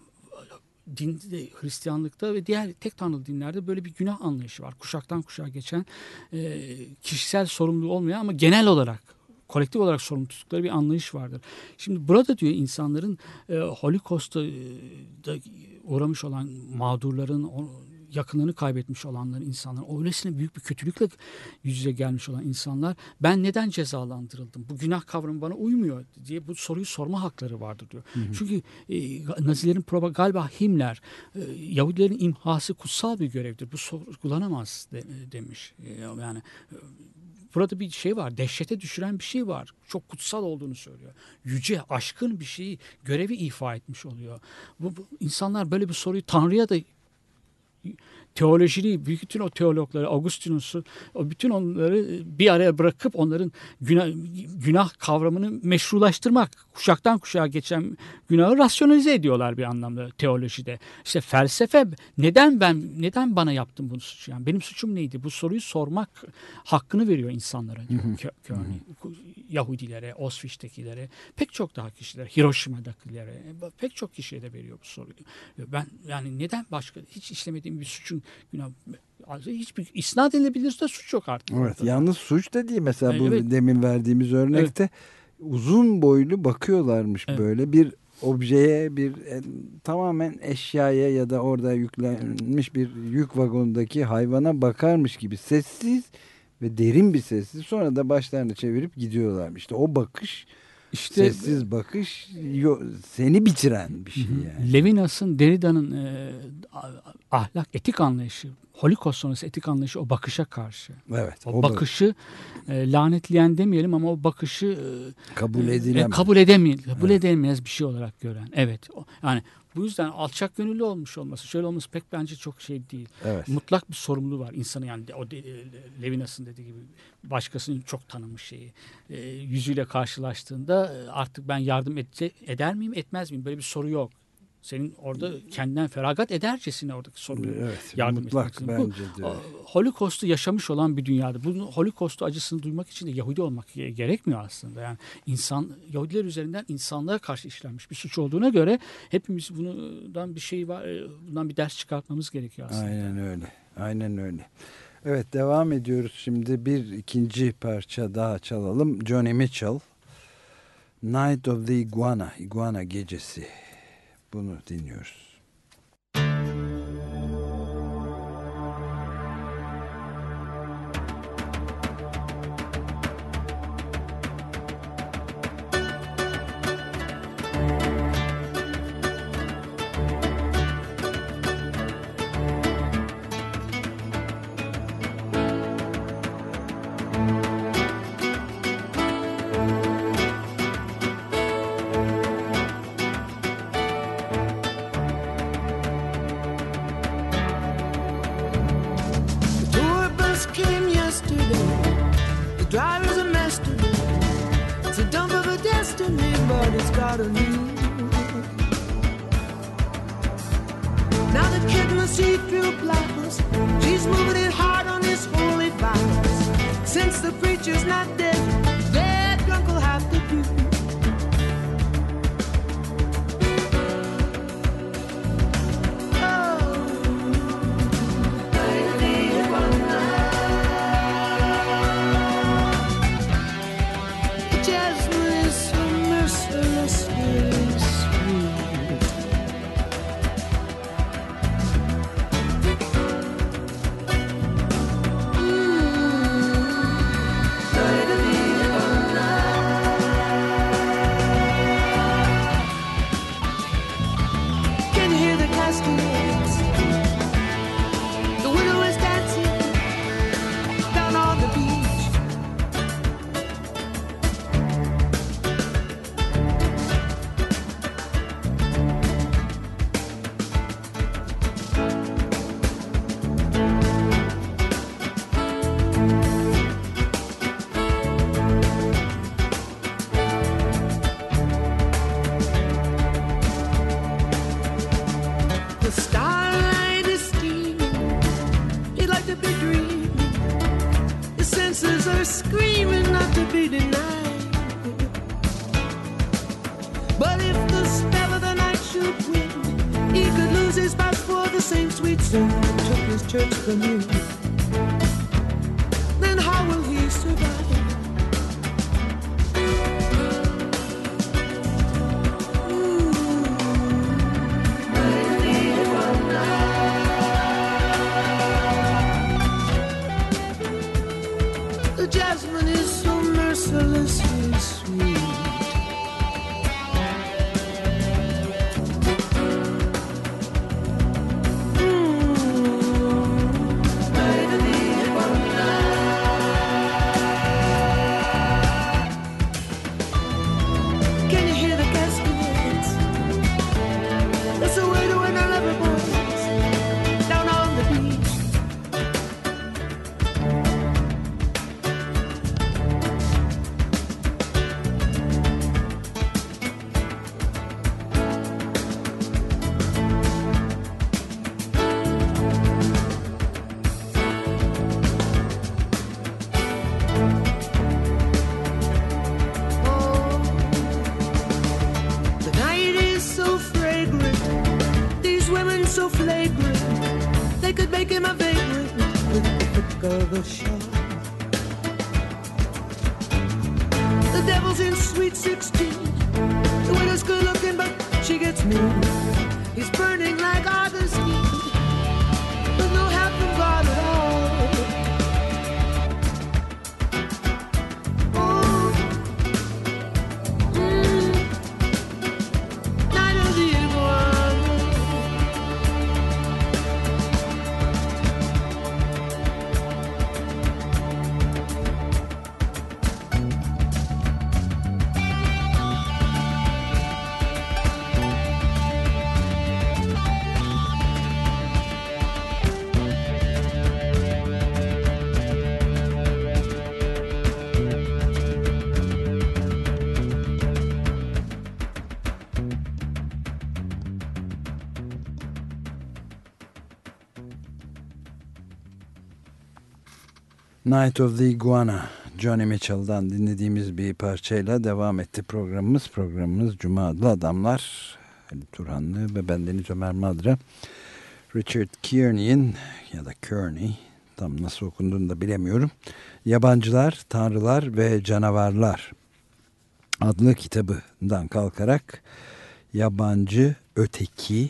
Dinde, Hristiyanlıkta ve diğer tek tanrılı dinlerde böyle bir günah anlayışı var. Kuşaktan kuşağa geçen, e, kişisel sorumluluğu olmayan ama genel olarak, kolektif olarak sorumlu tuttukları bir anlayış vardır. Şimdi burada diyor insanların e, Holocaust'a da uğramış olan mağdurların, o, yakınlarını kaybetmiş olanların, insanlar, öylesine büyük bir kötülükle yüz yüze gelmiş olan insanlar, ben neden cezalandırıldım? Bu günah kavramı bana uymuyor diye bu soruyu sorma hakları vardır diyor. Hı hı. Çünkü e, Nazilerin propaganda, galiba Himmler, e, Yahudilerin imhası kutsal bir görevdir. Bu sorgulanamaz de, demiş. E, yani e, burada bir şey var, dehşete düşüren bir şey var. Çok kutsal olduğunu söylüyor. Yüce, aşkın bir şeyi, görevi ifa etmiş oluyor. Bu, bu insanlar böyle bir soruyu Tanrı'ya da, teolojiliği, bütün o teologları, Augustinus'u, o bütün onları bir araya bırakıp onların günah, günah kavramını meşrulaştırmak, kuşaktan kuşağa geçen günahı rasyonalize ediyorlar bir anlamda teolojide. İşte felsefe, neden ben, neden bana yaptın bunu suçu? Yani benim suçum neydi? Bu soruyu sormak hakkını veriyor insanlara diyor. Kö, kö, Yahudilere, Auschwitz'tekilere, pek çok daha kişilere, Hiroşima'dakilere, pek çok kişiye de veriyor bu soruyu. Ben yani neden başka, hiç işlemediğim bir suçun günah, hiçbir isnat edilebilirse suç yok artık. Evet, ortada. Yalnız suç da değil mesela bu evet. demin verdiğimiz örnekte evet. uzun boylu bakıyorlarmış evet. böyle bir objeye, bir e, tamamen eşyaya ya da orada yüklenmiş bir yük vagonundaki hayvana bakarmış gibi sessiz ve derin bir sessiz, sonra da başlarını çevirip gidiyorlarmış. İşte o bakış, İşte, sessiz bakış yo, seni bitiren bir şey yani. Levinas'ın, Derrida'nın e, ahlak, etik anlayışı, Holocaust sonrası etik anlayışı o bakışa karşı. Evet. O, o bakışı e, lanetleyen demeyelim ama o bakışı e, kabul edilemez. E, kabul edemez, kabul evet. edilmez bir şey olarak gören. Evet. O, yani bu yüzden alçak gönüllü olmuş olması, şöyle olması pek bence çok şey değil. Evet. Mutlak bir sorumluluğu var insanın, yani o de, Levinas'ın dediği gibi başkasının çok tanınmış şeyi. E, yüzüyle karşılaştığında artık ben yardım edecek, eder miyim, etmez miyim? Böyle bir soru yok. Senin orada kendinden feragat edercesine oradaki soruyu evet, yardım mutlak etmek. Bence bu, de. Holocaust'u yaşamış olan bir dünyada. Bu Holocaust'u acısını duymak için de Yahudi olmak gerekmiyor aslında. Yani insan, Yahudiler üzerinden insanlığa karşı işlenmiş bir suç olduğuna göre hepimiz bundan bir şey var, bundan bir ders çıkartmamız gerekiyor aslında. Aynen öyle. Aynen öyle. Evet, devam ediyoruz şimdi, bir ikinci parça daha çalalım. Joni Mitchell, Night of the Iguana, İguana Gecesi. Bunu dinliyoruz. the see-through blouse. She's moving it hard on his holy vows. Since the preacher's not dead, that drunk will have to do. Church from you, then how will he survive? Ooh, the jasmine is so mercilessly sweet. So flagrant, they could make him a vagrant with the flick of a shot. The devil's in sweet sixteen. The widow's good looking, but she gets mean. He's burning like Augustine, with no help from God at all. Oh, mm, night of the iguana. Night of the Iguana, Johnny Mitchell'dan dinlediğimiz bir parçayla devam etti programımız. Programımız Cuma Adlı Adamlar. Ali Turhanlı ve bendeniz Ömer Madra. Richard Kearney'in ya da Kearney, tam nasıl okunduğunu da bilemiyorum. Yabancılar, Tanrılar ve Canavarlar adlı kitabından kalkarak yabancı, öteki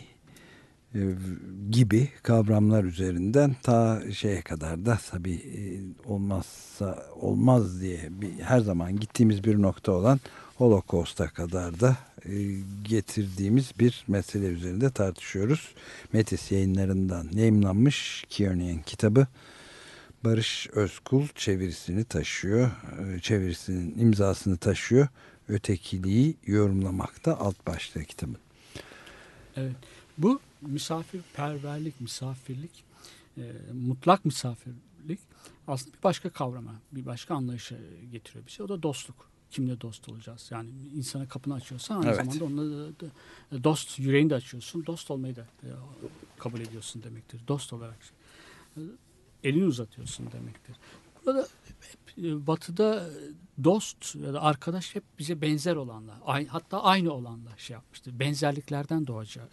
gibi kavramlar üzerinden ta şeye kadar da tabii olmazsa olmaz diye bir, her zaman gittiğimiz bir nokta olan Holocaust'a kadar da getirdiğimiz bir mesele üzerinde tartışıyoruz. Metis Yayınları'ndan yayımlanmış Kearney'in kitabı. Barış Özkul çevirisini taşıyor. Çevirisinin imzasını taşıyor. Ötekiliği yorumlamakta alt başlığı kitabın. Evet. Bu misafirperverlik, misafirlik, e, mutlak misafirlik aslında bir başka kavrama, bir başka anlayışa getiriyor bizi. O da dostluk. kimle dost olacağız? Yani insana kapını açıyorsan aynı Evet. zamanda onunla da, da, dost yüreğini de açıyorsun. Dost olmayı da e, kabul ediyorsun demektir. Dost olarak e, elini uzatıyorsun demektir. Burada hep, e, Batı'da dost ya da arkadaş hep bize benzer olanlar, aynı, hatta aynı olanlar şey yapmıştır. Benzerliklerden doğacağı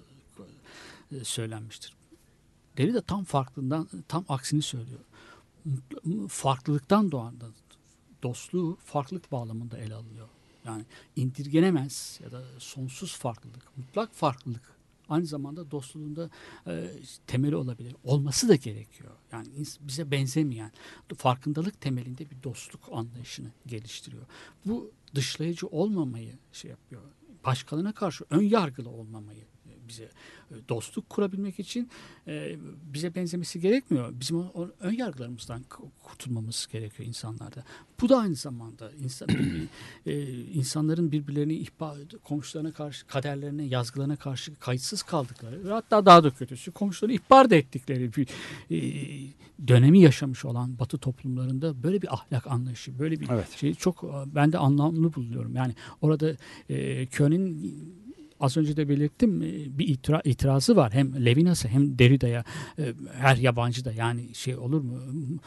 e, e, söylenmiştir. Derrida tam farklılığından, tam aksini söylüyor. Farklılıktan doğan da dostluğu farklılık bağlamında ele alıyor. Yani indirgenemez ya da sonsuz farklılık, mutlak farklılık aynı zamanda dostluğunda e, temeli olabilir. Olması da gerekiyor. Yani bize benzemeyen, farkındalık temelinde bir dostluk anlayışını geliştiriyor. Bu dışlayıcı olmamayı şey yapıyor. Başkalarına karşı ön yargılı olmamayı bize dostluk kurabilmek için e, bize benzemesi gerekmiyor. Bizim o, o ön yargılarımızdan kurtulmamız gerekiyor insanlarda. Bu da aynı zamanda insan, e, insanların birbirlerini ihbar, komşularına karşı, kaderlerine, yazgılarına karşı kayıtsız kaldıkları ve hatta daha da kötüsü komşularını ihbar da ettikleri bir e, dönemi yaşamış olan Batı toplumlarında böyle bir ahlak anlayışı, böyle bir evet. şey çok ben de anlamlı buluyorum. Yani orada e, Köhn'in az önce de belirttim bir itira, itirazı var hem Levinas'a hem Derrida'ya, her yabancı da yani şey olur mu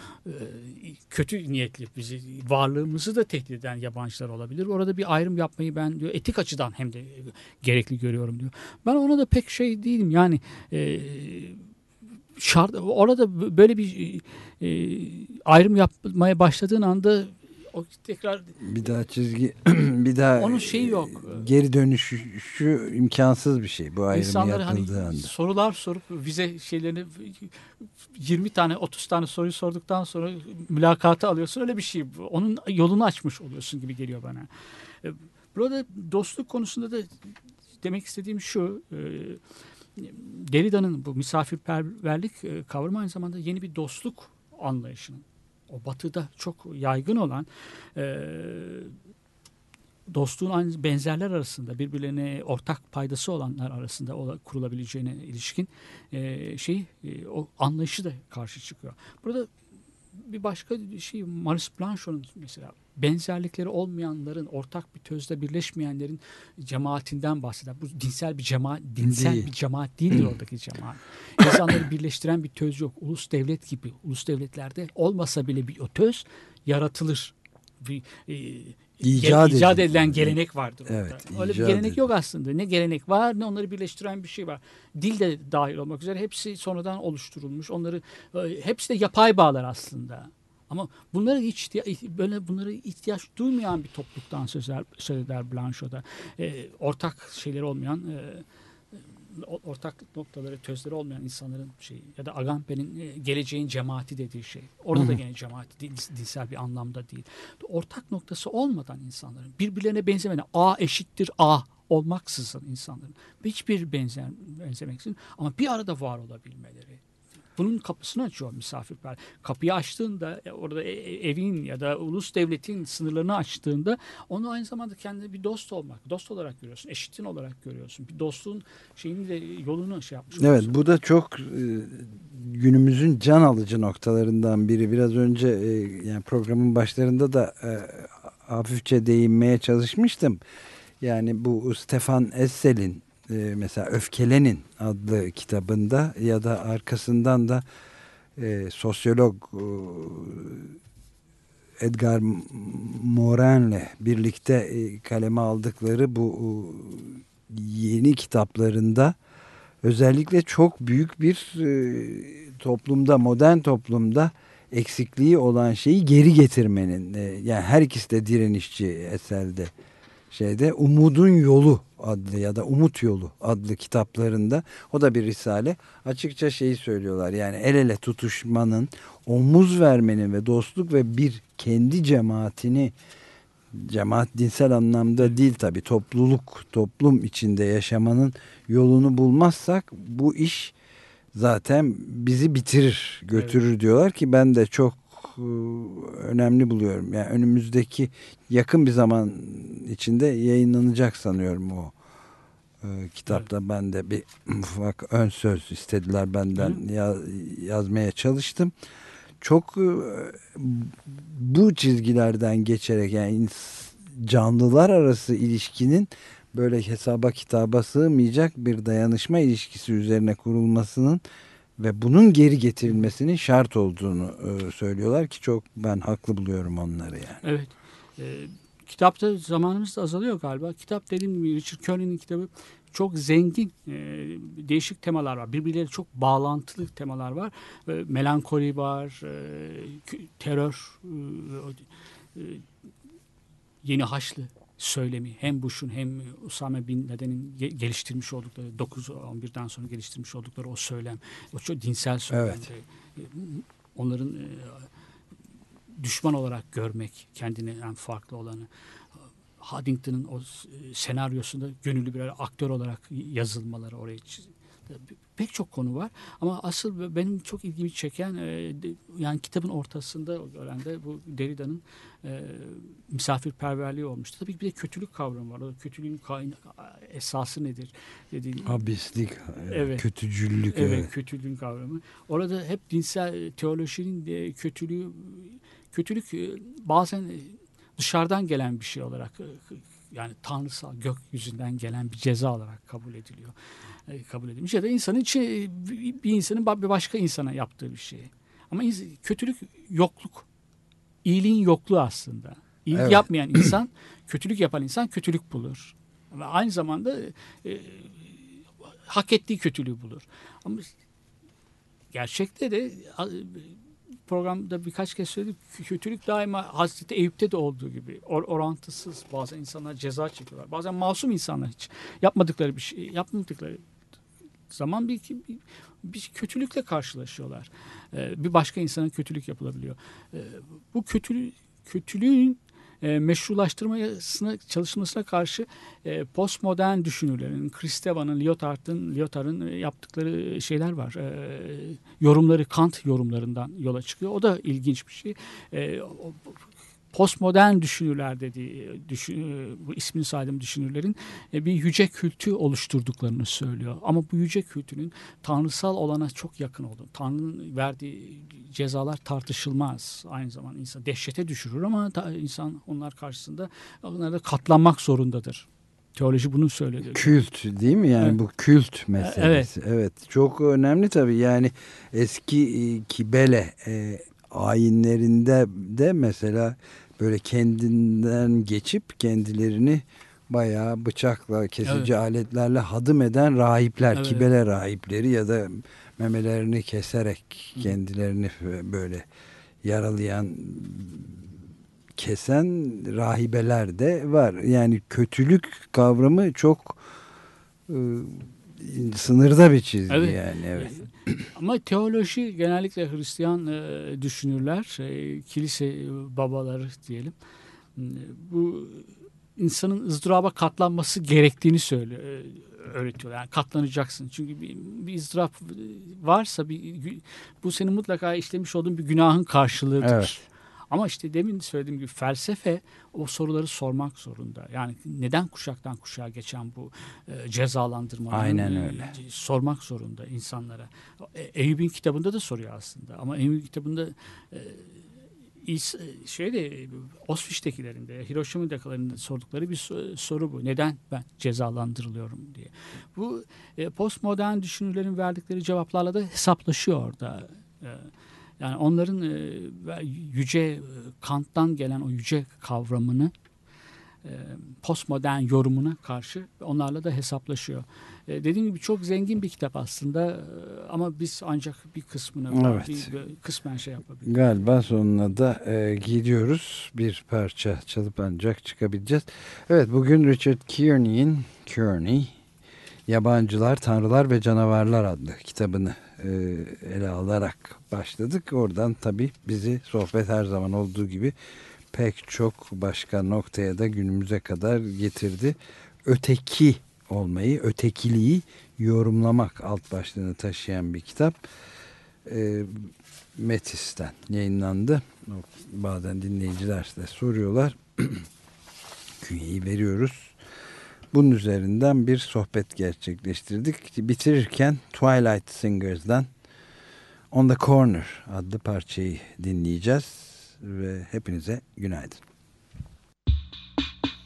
kötü niyetli bizi varlığımızı da tehdit eden yabancılar olabilir. Orada bir ayrım yapmayı ben diyor etik açıdan hem de gerekli görüyorum diyor. Ben ona da pek şey değilim yani e, şart, orada böyle bir e, ayrım yapmaya başladığın anda o tekrar bir daha çizgi bir daha onun şeyi yok. Geri dönüşü şu imkansız bir şey bu ayrım İnsanları yapıldığı hani anda. Sorular sorup vize şeylerini yirmi tane otuz tane soruyu sorduktan sonra mülakatı alıyorsun. Öyle bir şey. Onun yolunu açmış oluyorsun gibi geliyor bana. Burada dostluk konusunda da demek istediğim şu, Derrida'nın bu misafirperverlik kavramı aynı zamanda yeni bir dostluk anlayışının, o Batı'da çok yaygın olan e, dostluğun aynı benzerler arasında birbirlerine ortak paydası olanlar arasında kurulabileceğine ilişkin e, şey e, o anlayışı da karşı çıkıyor. Burada bir başka şey Maurice Blanchot'un mesela benzerlikleri olmayanların, ortak bir tözde birleşmeyenlerin cemaatinden bahseder. Bu dinsel bir cemaat, dinsel değil. bir cemaat değildir oradaki cemaat. İnsanları birleştiren bir töz yok. Ulus devlet gibi, ulus devletlerde olmasa bile bir o töz yaratılır. Bir e, İcat, icat edilen gelenek vardır evet, orada. Öyle bir gelenek edildi. Yok aslında. Ne gelenek var ne onları birleştiren bir şey var. Dil de dahil olmak üzere hepsi sonradan oluşturulmuş. Onları hepsi de yapay bağlar aslında. Ama bunlara hiç böyle bunlara ihtiyaç duymayan bir topluluktan söz eder, söz eder Blanchot'da. E, ortak şeyleri olmayan e, ortak noktaları, tözleri olmayan insanların şeyi ya da Agamben'in geleceğin cemaati dediği şey. Orada Hı-hı. da gene cemaati dinsel bir anlamda değil. Ortak noktası olmadan insanların birbirlerine benzemeden A eşittir A olmaksızın insanların hiçbir benzer benzemeksizin ama bir arada var olabilmeleri. Bunun kapısını açıyor misafirper. Kapıyı açtığında orada evin ya da ulus devletin sınırlarını açtığında onu aynı zamanda kendine bir dost olmak, dost olarak görüyorsun, eşitin olarak görüyorsun. Bir dostluğun şeyini de yolunu şey yapmış. Evet olursun. Bu da çok e, günümüzün can alıcı noktalarından biri. Biraz önce e, yani programın başlarında da e, hafifçe değinmeye çalışmıştım. Yani bu Stefan Essel'in Ee, mesela Öfkelenin adlı kitabında ya da arkasından da e, sosyolog e, Edgar Morin'le birlikte e, kaleme aldıkları bu e, yeni kitaplarında özellikle çok büyük bir e, toplumda, modern toplumda eksikliği olan şeyi geri getirmenin e, yani her ikisi de direnişçi eserde şeyde Umudun Yolu adlı ya da Umut Yolu adlı kitaplarında o da bir risale açıkça şeyi söylüyorlar yani el ele tutuşmanın, omuz vermenin ve dostluk ve bir kendi cemaatini, cemaat dinsel anlamda değil tabii, topluluk, toplum içinde yaşamanın yolunu bulmazsak bu iş zaten bizi bitirir, götürür evet. diyorlar ki ben de çok önemli buluyorum. Yani önümüzdeki yakın bir zaman içinde yayınlanacak sanıyorum o e, kitapta. Evet. Ben de bir ufak ön söz istediler benden ya, yazmaya çalıştım. Çok e, bu çizgilerden geçerek yani canlılar arası ilişkinin böyle hesaba kitaba sığmayacak bir dayanışma ilişkisi üzerine kurulmasının ve bunun geri getirilmesinin şart olduğunu e, söylüyorlar ki çok ben haklı buluyorum onları yani. Evet. E, kitapta zamanımız da azalıyor galiba. Kitap dediğim gibi Richard Kearney'nin kitabı çok zengin, e, değişik temalar var. Birbirleriyle çok bağlantılı temalar var. E, melankoli var, e, terör, e, e, yeni Haçlı söylemi, hem Bush'un hem Usame Bin Laden'in geliştirmiş oldukları, dokuz on birden sonra geliştirmiş oldukları o söylem, o çok dinsel söylem. Evet. Onların e, düşman olarak görmek, kendinden farklı olanı. Haddington'ın o senaryosunda gönüllü birer aktör olarak yazılmaları oraya pek çok konu var ama asıl benim çok ilgimi çeken e, yani kitabın ortasında öğrende bu Derrida'nın e, misafirperverliği olmuştu. Tabii bir de kötülük kavramı var. O kötülüğün esası nedir dediğim. Abislik, evet, kötücüllük. Evet, evet, kötülüğün kavramı. Orada hep dinsel teolojinin de kötülüğü, kötülük bazen dışarıdan gelen bir şey olarak, yani tanrısal gökyüzünden gelen bir ceza olarak kabul ediliyor. E, kabul edilmiş ya da insanın içi, bir insanın bir başka insana yaptığı bir şey. Ama kötülük yokluk. İyiliğin yokluğu aslında. İyilik evet. yapmayan insan, kötülük yapan insan kötülük bulur. Ve aynı zamanda e, hak ettiği kötülüğü bulur. Ama gerçekte de programda birkaç kez söyledik. Kötülük daima Hazreti Eyüp'te de olduğu gibi or- orantısız. Bazen insanlar ceza çekiyorlar. Bazen masum insanlar hiç yapmadıkları bir şey, yapmadıkları zaman bir, bir, bir kötülükle karşılaşıyorlar. Ee, bir başka insana kötülük yapılabiliyor. Ee, bu kötülük, kötülüğün e, meşrulaştırmasına, çalışılmasına karşı e, postmodern düşünürlerin, Kristeva'nın, Lyotard'ın, Lyotard'ın yaptıkları şeyler var. E, yorumları Kant yorumlarından yola çıkıyor. O da ilginç bir şey. E, o, postmodern düşünürler dediği, düşün, bu ismini saydığım düşünürlerin bir yüce kültü oluşturduklarını söylüyor. Ama bu yüce kültünün tanrısal olana çok yakın olduğunu, Tanrı'nın verdiği cezalar tartışılmaz. Aynı zamanda insan dehşete düşürür ama insan onlar karşısında onlara katlanmak zorundadır. Teoloji bunu söylüyor. Kült değil mi? Yani evet. Bu kült meselesi. Evet. Evet. Çok önemli tabii. Yani eski Kibele e, ayinlerinde de mesela böyle kendinden geçip kendilerini bayağı bıçakla, kesici evet. aletlerle hadım eden rahipler, evet. Kibele rahipleri ya da memelerini keserek kendilerini böyle yaralayan, kesen rahibeler de var. Yani kötülük kavramı çok ıı, sınırda bir çizgi evet. yani. Evet. Ama teoloji genellikle Hristiyan e, düşünürler, e, kilise babaları diyelim. E, bu insanın ızdıraba katlanması gerektiğini söylüyor, e, öğretiyorlar. Yani katlanacaksın. Çünkü bir, bir ızdırap varsa bir, bu senin mutlaka işlemiş olduğun bir günahın karşılığıdır. Evet. Ama işte demin söylediğim gibi felsefe o soruları sormak zorunda. Yani neden kuşaktan kuşağa geçen bu e, cezalandırmanın Aynen öyle. E, sormak zorunda insanlara. E, Eyüp'ün kitabında da soruyor aslında. Ama Eyüp'ün kitabında e, şeyde Auschwitz'tekilerinde, Hiroşima'dakilerinde sordukları bir soru bu. Neden ben cezalandırılıyorum diye. Bu e, postmodern düşünürlerin verdikleri cevaplarla da hesaplaşıyor orada. E, Yani onların e, yüce Kant'tan gelen o yüce kavramını e, postmodern yorumuna karşı onlarla da hesaplaşıyor. E, dediğim gibi çok zengin bir kitap aslında e, ama biz ancak bir kısmını evet. bir, bir kısmen şey yapabiliriz. Galiba sonuna da e, gidiyoruz. Bir parça çalıp ancak çıkabileceğiz. Evet, bugün Richard Kearney'in Kearney Yabancılar, Tanrılar ve Canavarlar adlı kitabını e, ele alarak başladık. Oradan tabii bizi sohbet her zaman olduğu gibi pek çok başka noktaya da günümüze kadar getirdi. Öteki olmayı, ötekiliği yorumlamak alt başlığını taşıyan bir kitap. E, Metis'ten yayınlandı. Bazen dinleyiciler de soruyorlar. Künyeyi veriyoruz. Bunun üzerinden bir sohbet gerçekleştirdik. Bitirirken Twilight Singers'dan On the Corner adlı parçayı dinleyeceğiz ve hepinize günaydın.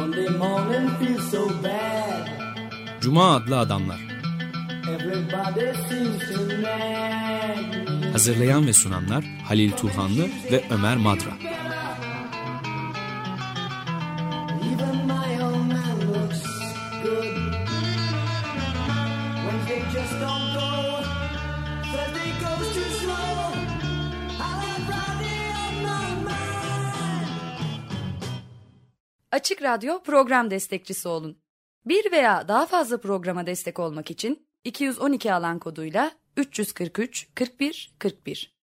Monday morning feels so bad. Cuma adlı adamlar. Everybody seems to nag me. Hazırlayan ve sunanlar Halil Turhanlı ve Ömer Madra. Even my old man looks good. Wednesday just don't go. Thursday goes too slow. I want Friday on my mind. Açık Radyo program destekçisi olun. Bir veya daha fazla programa destek olmak için iki yüz on iki alan koduyla üç yüz kırk üç kırk bir kırk bir